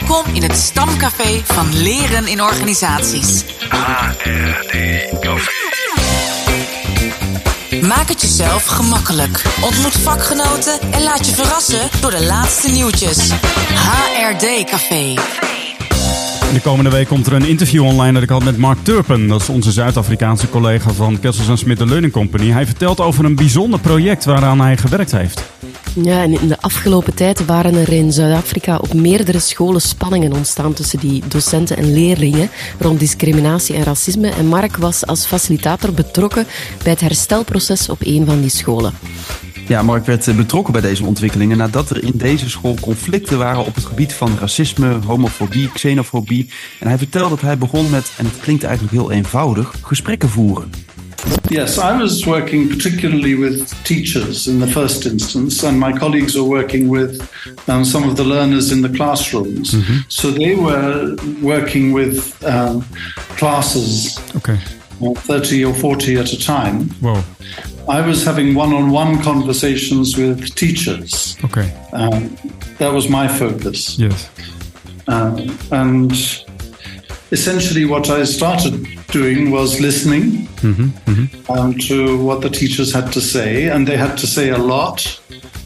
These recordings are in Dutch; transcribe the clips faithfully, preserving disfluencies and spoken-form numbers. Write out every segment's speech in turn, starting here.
Welkom in het Stamcafé van Leren in Organisaties. H R D Café. Maak het jezelf gemakkelijk. Ontmoet vakgenoten en laat je verrassen door de laatste nieuwtjes. H R D Café. De komende week komt er een interview online dat ik had met Mark Turpen. Dat is onze Zuid-Afrikaanse collega van Kessels en Smit Learning Company. Hij vertelt over een bijzonder project waaraan hij gewerkt heeft. Ja, en in de afgelopen tijd waren er in Zuid-Afrika op meerdere scholen spanningen ontstaan tussen die docenten en leerlingen rond discriminatie en racisme. En Mark was als facilitator betrokken bij het herstelproces op een van die scholen. Ja, Mark werd betrokken bij deze ontwikkelingen nadat er in deze school conflicten waren op het gebied van racisme, homofobie, xenofobie. En hij vertelde dat hij begon met, en het klinkt eigenlijk heel eenvoudig, gesprekken voeren. Yes, I was working particularly with teachers in the first instance, and my colleagues were working with um, some of the learners in the classrooms. Mm-hmm. So they were working with um, classes, okay. thirty or forty at a time. Wow. I was having one-on-one conversations with teachers. Okay. Um, that was my focus. Yes. Um, and essentially what I started doing was listening mm-hmm, mm-hmm. Um, to what the teachers had to say, and they had to say a lot.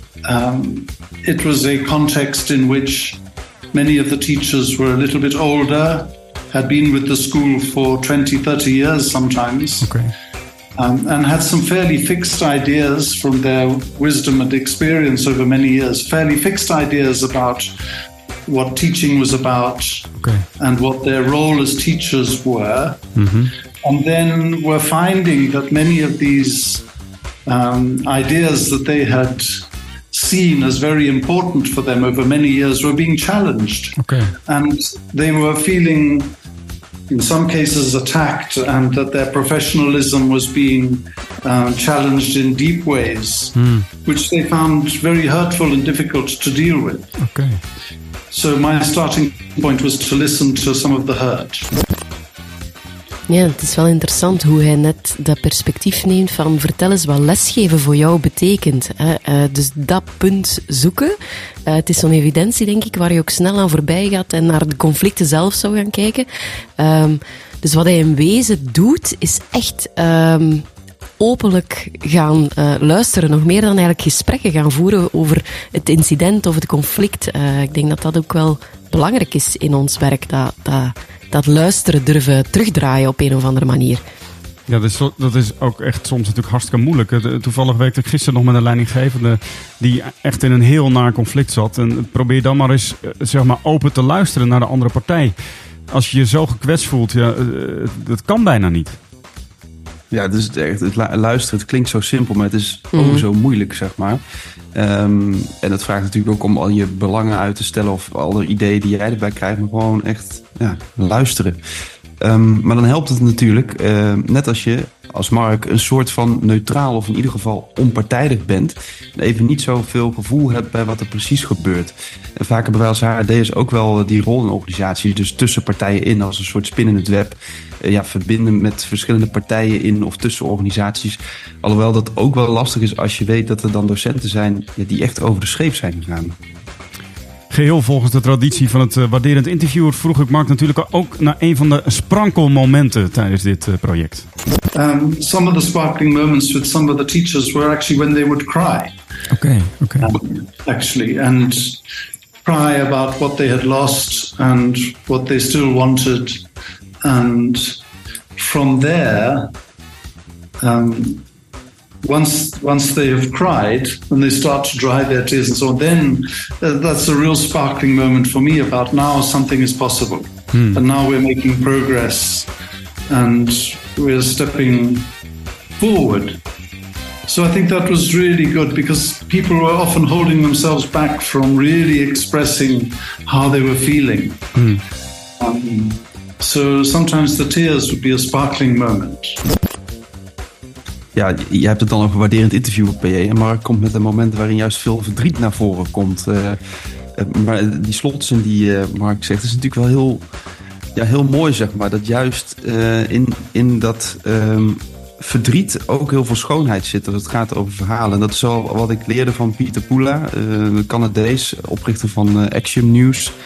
Um, it was a context in which many of the teachers were a little bit older, had been with the school for twenty, thirty years sometimes, okay. um, and had some fairly fixed ideas from their wisdom and experience over many years, fairly fixed ideas about what teaching was about, okay. and what their role as teachers were. Mm-hmm. And then we're finding that many of these um, ideas that they had seen as very important for them over many years were being challenged. Okay. And they were feeling, in some cases, attacked, and that their professionalism was being uh, challenged in deep ways, mm. which they found very hurtful and difficult to deal with. Okay. So my starting point was to listen to some of the hurt. Ja, het is wel interessant hoe hij net dat perspectief neemt van vertel eens wat lesgeven voor jou betekent. Hè? Uh, dus dat punt zoeken. Uh, het is zo'n evidentie, denk ik, waar je ook snel aan voorbij gaat en naar de conflicten zelf zou gaan kijken. Um, dus wat hij in wezen doet, is echt um, openlijk gaan uh, luisteren. Nog meer dan eigenlijk gesprekken gaan voeren over het incident of het conflict. Uh, ik denk dat dat ook wel belangrijk is in ons werk, dat... dat dat luisteren durven terugdraaien op een of andere manier. Ja, dat is, dat is ook echt soms natuurlijk hartstikke moeilijk. Toevallig werkte ik gisteren nog met een leidinggevende die echt in een heel naar conflict zat. En probeer dan maar eens zeg maar, open te luisteren naar de andere partij. Als je je zo gekwetst voelt, ja, dat kan bijna niet. Ja, dus het, echt, het luisteren, het klinkt zo simpel, maar het is mm-hmm. ook zo moeilijk, zeg maar. Um, en dat vraagt natuurlijk ook om al je belangen uit te stellen of alle ideeën die jij erbij krijgt, maar gewoon echt ja, luisteren. Um, maar dan helpt het natuurlijk, uh, net als je als Mark een soort van neutraal of in ieder geval onpartijdig bent en even niet zoveel gevoel hebt bij wat er precies gebeurt. En vaak hebben wij als H R D'ers ook wel die rol in organisaties, dus tussen partijen in als een soort spin in het web. Uh, ja, verbinden met verschillende partijen in of tussen organisaties. Alhoewel dat ook wel lastig is als je weet dat er dan docenten zijn ja, die echt over de scheep zijn gegaan. Geheel volgens de traditie van het uh, waarderend interview vroeg ik Mark natuurlijk ook naar een van de sprankelmomenten tijdens dit uh, project. Um, some of the sparkling moments with some of the teachers were actually when they would cry. Okay, okay. Um, actually, and cry about what they had lost and what they still wanted. And from there, um, Once once they have cried and they start to dry their tears and so on, then uh, that's a real sparkling moment for me about now something is possible. Hmm. And now we're making progress and we're stepping forward. So I think that was really good because people were often holding themselves back from really expressing how they were feeling. Hmm. Um, so sometimes the tears would be a sparkling moment. Ja, je hebt het dan over waarderend interview op P J. En Mark komt met een moment waarin juist veel verdriet naar voren komt. Uh, uh, maar die slotzin die uh, Mark zegt, is natuurlijk wel heel, ja, heel mooi, zeg maar. Dat juist uh, in, in dat um, verdriet ook heel veel schoonheid zit. Dat het gaat over verhalen. En dat is wel wat ik leerde van Pieter Pula, uh, de Canadees, oprichter van uh, Axiom News.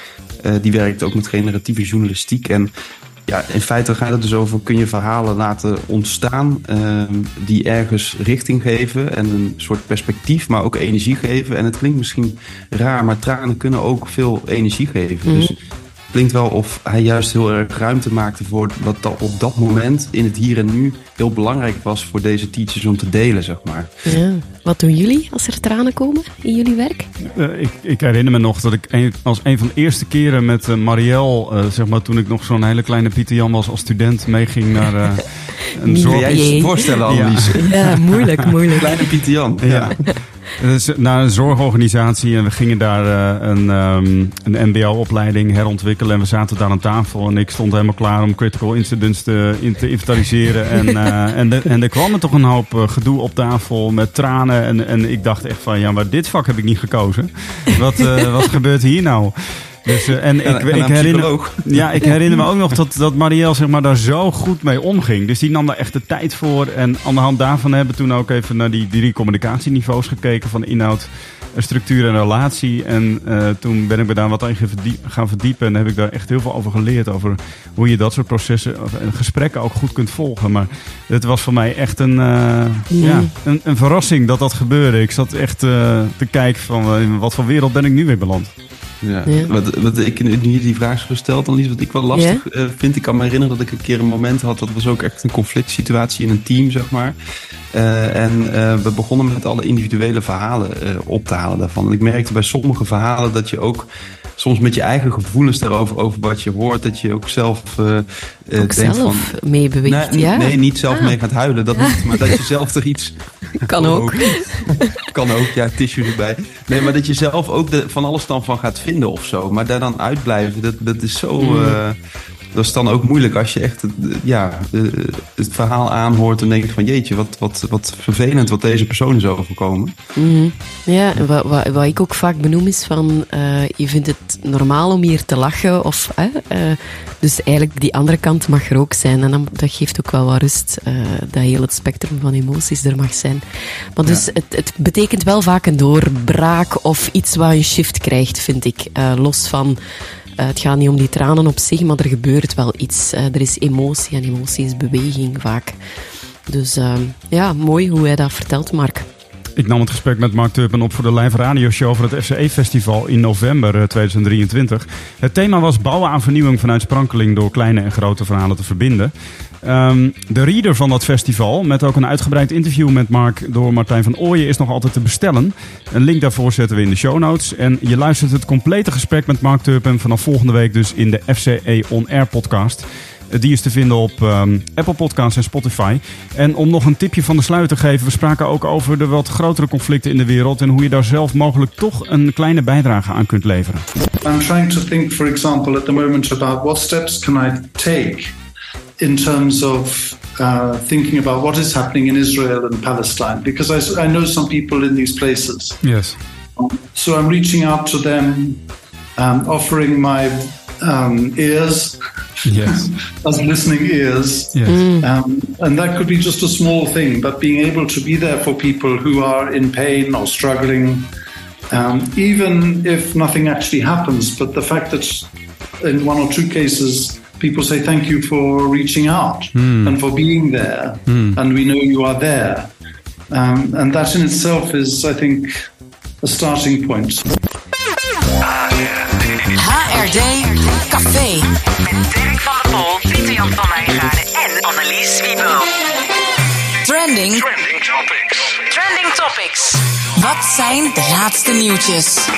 Uh, die werkt ook met generatieve journalistiek. En ja, in feite gaat het dus over, kun je verhalen laten ontstaan uh, die ergens richting geven en een soort perspectief, maar ook energie geven. En het klinkt misschien raar, maar tranen kunnen ook veel energie geven. Mm. Dus het klinkt wel of hij juist heel erg ruimte maakte voor wat dat op dat moment in het hier en nu heel belangrijk was voor deze teachers om te delen, zeg maar. Ja. Wat doen jullie als er tranen komen in jullie werk? Uh, ik, ik herinner me nog dat ik een, als een van de eerste keren met uh, Marielle, uh, zeg maar toen ik nog zo'n hele kleine Pieter Jan was als student, meeging naar uh, een zorg... Kun jij je voorstellen, Annelies? Ja, ja moeilijk, moeilijk. Kleine Pieter Jan. Ja. ja. Dus naar een zorgorganisatie en we gingen daar uh, een, um, een M B O-opleiding herontwikkelen en we zaten daar aan tafel en ik stond helemaal klaar om critical incidents te, in, te inventariseren en, uh, en, de, en er kwam er toch een hoop uh, gedoe op tafel met tranen en, en ik dacht echt van ja, maar dit vak heb ik niet gekozen. Wat, uh, wat gebeurt hier nou? Dus, uh, en ja, ik, ik, herinner, ja, ik herinner me ook nog dat, dat Marielle zeg maar, daar zo goed mee omging. Dus die nam daar echt de tijd voor. En aan de hand daarvan hebben we toen ook even naar die drie communicatieniveaus gekeken van inhoud, structuur en relatie. En uh, toen ben ik me daar wat in gaan verdiepen. En heb ik daar echt heel veel over geleerd. Over hoe je dat soort processen en gesprekken ook goed kunt volgen. Maar het was voor mij echt een, uh, ja. Ja, een, een verrassing dat dat gebeurde. Ik zat echt uh, te kijken van uh, in wat voor wereld ben ik nu weer beland. Ja. Ja. Wat, wat ik nu die vraag is gesteld, dan iets wat ik wel lastig yeah. uh, vind. Ik kan me herinneren dat ik een keer een moment had, dat was ook echt een conflict situatie in een team, zeg maar. Uh, en uh, we begonnen met alle individuele verhalen uh, op te halen daarvan. En ik merkte bij sommige verhalen dat je ook soms met je eigen gevoelens daarover, over wat je hoort, dat je ook zelf uh, uh, ook denkt zelf van, meebeweegt, nee, ja? Nee, niet zelf ah. mee gaat huilen, dat niet. Maar dat je zelf er iets... Kan ook. Kan ook, ja, tissue erbij. Nee, maar dat je zelf ook de, van alles dan van gaat vinden of zo. Maar daar dan uitblijven, dat, dat is zo... Mm. Uh, dat is dan ook moeilijk als je echt ja, het verhaal aanhoort en denkt van jeetje, wat, wat, wat vervelend wat deze persoon is overkomen. Mm-hmm. Ja, wat, wat, wat ik ook vaak benoem is van uh, je vindt het normaal om hier te lachen of uh, uh, dus eigenlijk die andere kant mag er ook zijn en dan, dat geeft ook wel wat rust uh, dat heel het spectrum van emoties er mag zijn. Maar dus ja. het, het betekent wel vaak een doorbraak of iets wat een shift krijgt, vind ik. Uh, los van Uh, het gaat niet om die tranen op zich, maar er gebeurt wel iets. Uh, er is emotie en emotie is beweging vaak. Dus uh, ja, mooi hoe hij dat vertelt, Mark. Ik nam het gesprek met Mark Turpen op voor de live radioshow voor het F C E-festival in november tweeduizend drieëntwintig. Het thema was bouwen aan vernieuwing vanuit sprankeling door kleine en grote verhalen te verbinden. Um, de reader van dat festival, met ook een uitgebreid interview met Mark door Martijn van Ooyen, is nog altijd te bestellen. Een link daarvoor zetten we in de show notes. En je luistert het complete gesprek met Mark Turpen vanaf volgende week dus in de F C E On Air podcast. Die is te vinden op um, Apple Podcasts en Spotify. En om nog een tipje van de sluier te geven, we spraken ook over de wat grotere conflicten in de wereld en hoe je daar zelf mogelijk toch een kleine bijdrage aan kunt leveren. I'm trying to think, for example, at the moment about what steps can I take in terms of uh, thinking about what is happening in Israel and Palestine, because I, I know some people in these places. Yes. So I'm reaching out to them, um, offering my um, ears, yes, as listening ears. Yes. Mm. Um, and that could be just a small thing, but being able to be there for people who are in pain or struggling, um, even if nothing actually happens, but the fact that in one or two cases, people say thank you for reaching out mm. and for being there, mm. and we know you are there. Um, and that in itself is, I think, a starting point. H R D Café. Met Dirk van der Pol, Pieter Jan van Wijngaarden en Annelies Wiebo. Trending. Trending topics. Trending topics. Wat zijn de laatste nieuwtjes?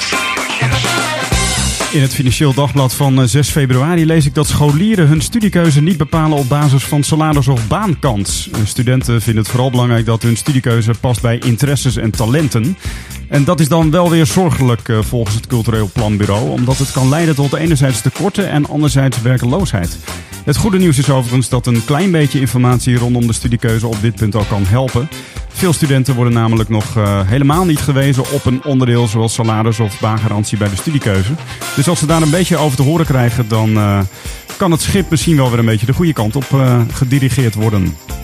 In het Financieel Dagblad van zes februari lees ik dat scholieren hun studiekeuze niet bepalen op basis van salaris of baankans. Studenten vinden het vooral belangrijk dat hun studiekeuze past bij interesses en talenten. En dat is dan wel weer zorgelijk volgens het Cultureel Planbureau, omdat het kan leiden tot enerzijds tekorten en anderzijds werkeloosheid. Het goede nieuws is overigens dat een klein beetje informatie rondom de studiekeuze op dit punt al kan helpen. Veel studenten worden namelijk nog uh, helemaal niet gewezen op een onderdeel zoals salaris of baangarantie bij de studiekeuze. Dus als ze daar een beetje over te horen krijgen, dan uh, kan het schip misschien wel weer een beetje de goede kant op uh, gedirigeerd worden.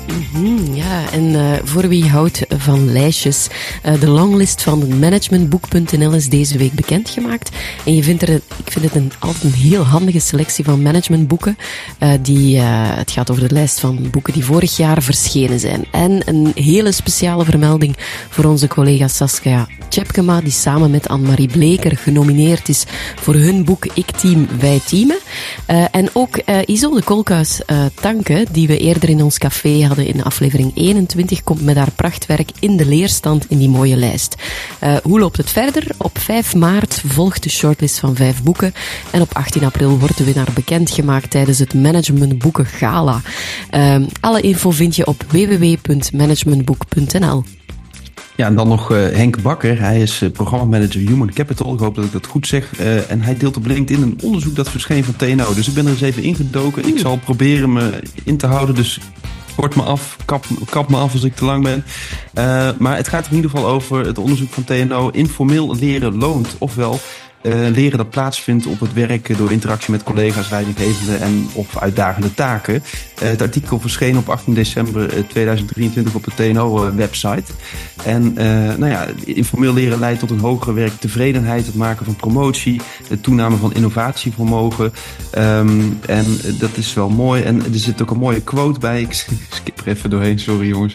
Mm, ja, en uh, voor wie houdt van lijstjes, uh, de longlist van managementboek punt n l is deze week bekendgemaakt. En je vindt er, een, ik vind het een, altijd een heel handige selectie van managementboeken. Uh, die, uh, het gaat over de lijst van boeken die vorig jaar verschenen zijn. En een hele speciale vermelding voor onze collega Saskia Tjepkema, die samen met Anne-Marie Bleker genomineerd is voor hun boek Ik Team, Wij Teamen. Uh, en ook uh, Isolde Kolkhuis uh, Tanke, die we eerder in ons café hadden in aflevering eenentwintig, komt met haar prachtwerk in de leerstand in die mooie lijst. Uh, hoe loopt het verder? Op vijf maart volgt de shortlist van vijf boeken en op achttien april wordt de winnaar bekendgemaakt tijdens het Management Boeken Gala. Uh, alle info vind je op w w w punt managementboek punt n l. Ja, en dan nog uh, Henk Bakker. Hij is uh, programmamanager Human Capital. Ik hoop dat ik dat goed zeg. Uh, en hij deelt op LinkedIn een onderzoek dat verscheen van T N O. Dus ik ben er eens even ingedoken. Ik zal proberen me in te houden. Dus kort me af, kap, kap me af als ik te lang ben. Uh, maar het gaat in ieder geval over het onderzoek van T N O. Informeel leren loont. Ofwel Uh, leren dat plaatsvindt op het werk door interactie met collega's, leidinggevenden en of uitdagende taken. Uh, het artikel verscheen op achttien december tweeduizend drieëntwintig op de T N O-website. En uh, nou ja, informeel leren leidt tot een hogere werktevredenheid, het maken van promotie, de toename van innovatievermogen. Um, en uh, dat is wel mooi. En er zit ook een mooie quote bij. Ik skip er even doorheen, sorry jongens.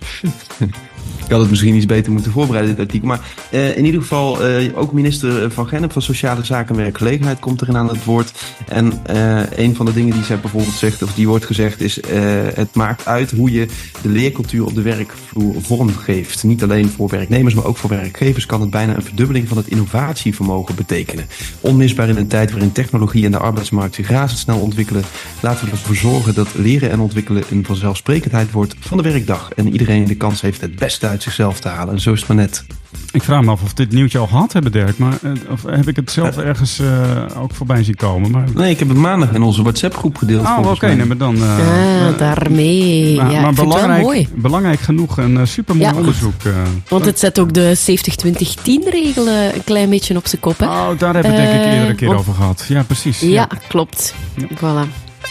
Ik had het misschien iets beter moeten voorbereiden, dit artikel. Maar uh, in ieder geval, uh, ook minister Van Gennep van Sociale Zaken en Werkgelegenheid komt erin aan het woord. En uh, een van de dingen die zij bijvoorbeeld zegt, of die wordt gezegd, is uh, het maakt uit hoe je de leercultuur op de werkvloer vormgeeft. Niet alleen voor werknemers, maar ook voor werkgevers kan het bijna een verdubbeling van het innovatievermogen betekenen. Onmisbaar in een tijd waarin technologie en de arbeidsmarkt zich razendsnel ontwikkelen. Laten we ervoor zorgen dat leren en ontwikkelen een vanzelfsprekendheid wordt van de werkdag. En iedereen de kans heeft het beste uit zichzelf te halen. En zo is het maar net. Ik vraag me af of dit nieuwtje al gehad hebben, Dirk. Maar of heb ik het zelf ergens uh, ook voorbij zien komen? Maar... Nee, ik heb het maandag in onze WhatsApp-groep gedeeld. Oh, oké. Okay, nee, maar dan... Uh, ah, uh, daarmee. Maar, ja, maar ik vind belangrijk, het wel mooi. Belangrijk genoeg. Een uh, supermooi ja, onderzoek. Uh, want het zet ook de zeventig twintig tien regel een klein beetje op zijn kop. Hè? Oh, daar hebben we het uh, denk ik eerder een keer want... over gehad. Ja, precies. Ja, ja. klopt. Ja. Voilà.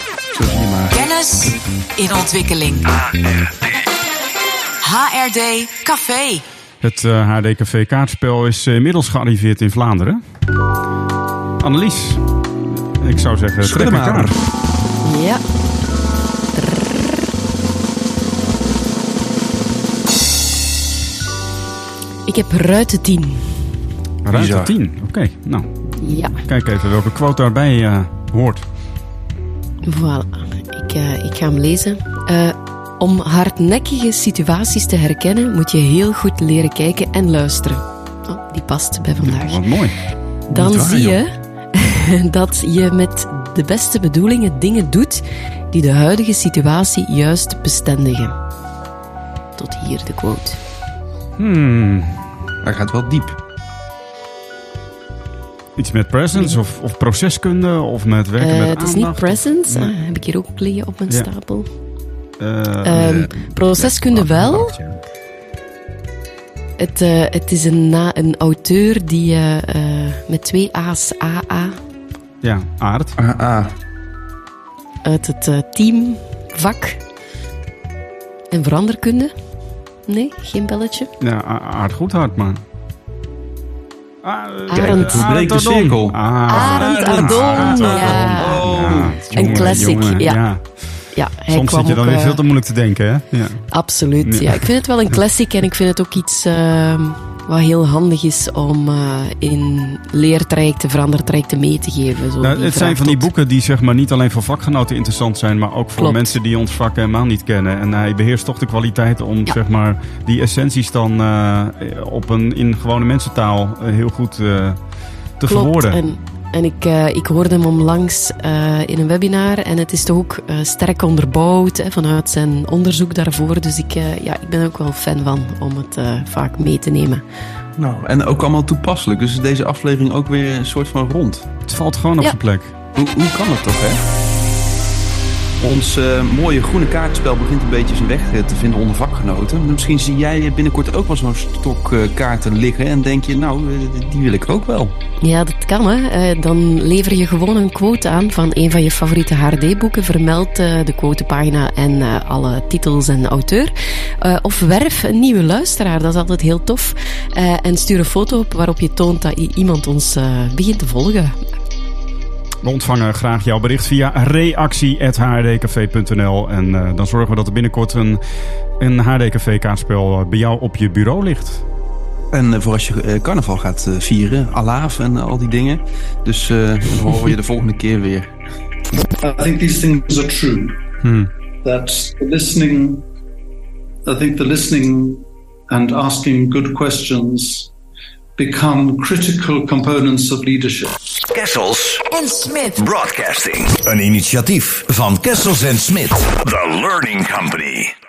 Kennis in ontwikkeling. H R D Café. Het uh, H R D Café kaartspel is uh, inmiddels gearriveerd in Vlaanderen. Annelies, ik zou zeggen, trek een kaart. Ja. Ik heb ruiten tien. Ruiten tien, oké. Okay, nou, ja. Kijk even welke quote daarbij uh, hoort. Voilà, ik, uh, ik ga hem lezen. Uh, Om hardnekkige situaties te herkennen, moet je heel goed leren kijken en luisteren. Oh, die past bij vandaag. Ja, wat mooi. Dan waar, zie je dat je met de beste bedoelingen dingen doet die de huidige situatie juist bestendigen. Tot hier de quote. Hmm. Hij gaat wel diep. Iets met presence of, of proceskunde of met werken uh, met aandacht? Het is niet presence, nee. uh, heb ik hier ook liggen op mijn ja. stapel. Uh, um, proceskunde wel. Het, uh, het is een, na, een auteur die uh, uh, met twee A's, A A. Ja, Aard. A A. Uit het uh, teamvak en veranderkunde. Nee, geen belletje. Ja, Aard Goedhart, man. Arend de cirkel. Arend Ardon, ja. Oh, een classic, jongen, ja. ja. Ja, hij Soms zit je dan ook, weer uh, veel te moeilijk te denken, hè? Ja. Absoluut, ja. ja. Ik vind het wel een classic en ik vind het ook iets uh, wat heel handig is om uh, in leertrajecten, verandertrajecten mee te geven. Zo nou, het zijn van die tot... boeken die zeg maar niet alleen voor vakgenoten interessant zijn, maar ook voor Klopt. mensen die ons vak helemaal niet kennen. En hij beheerst toch de kwaliteit om ja. zeg maar die essenties dan uh, op een in gewone mensentaal uh, heel goed uh, te Klopt. verwoorden. En... En ik, uh, ik hoorde hem onlangs uh, in een webinar en het is toch ook uh, sterk onderbouwd hè, vanuit zijn onderzoek daarvoor. Dus ik, uh, ja, ik ben er ook wel fan van om het uh, vaak mee te nemen. Nou, en ook allemaal toepasselijk. Dus is deze aflevering ook weer een soort van rond. Het valt gewoon op ja. zijn plek. Hoe, hoe kan het toch, hè? Ons uh, mooie groene kaartenspel begint een beetje zijn weg uh, te vinden onder vakgenoten. Misschien zie jij binnenkort ook wel zo'n stok uh, kaarten liggen en denk je, nou, uh, die wil ik ook wel. Ja, dat kan, hè. Uh, dan lever je gewoon een quote aan van een van je favoriete H R D-boeken. Vermeld uh, de quotepagina en uh, alle titels en auteur. Uh, of werf een nieuwe luisteraar, dat is altijd heel tof. Uh, en stuur een foto op waarop je toont dat iemand ons uh, begint te volgen. We ontvangen graag jouw bericht via reactie at h r d café punt n l. En uh, dan zorgen we dat er binnenkort een, een H R D Café kaartspel bij jou op je bureau ligt. En uh, voor als je uh, carnaval gaat uh, vieren, alaaf en uh, al die dingen. Dus uh, dan horen we je de volgende keer weer. I think these things are true. Hmm. That the listening, I think the listening and asking good questions become critical components of leadership. Kessels En Smit. Broadcasting. Een initiatief van Kessels en Smit. The Learning Company.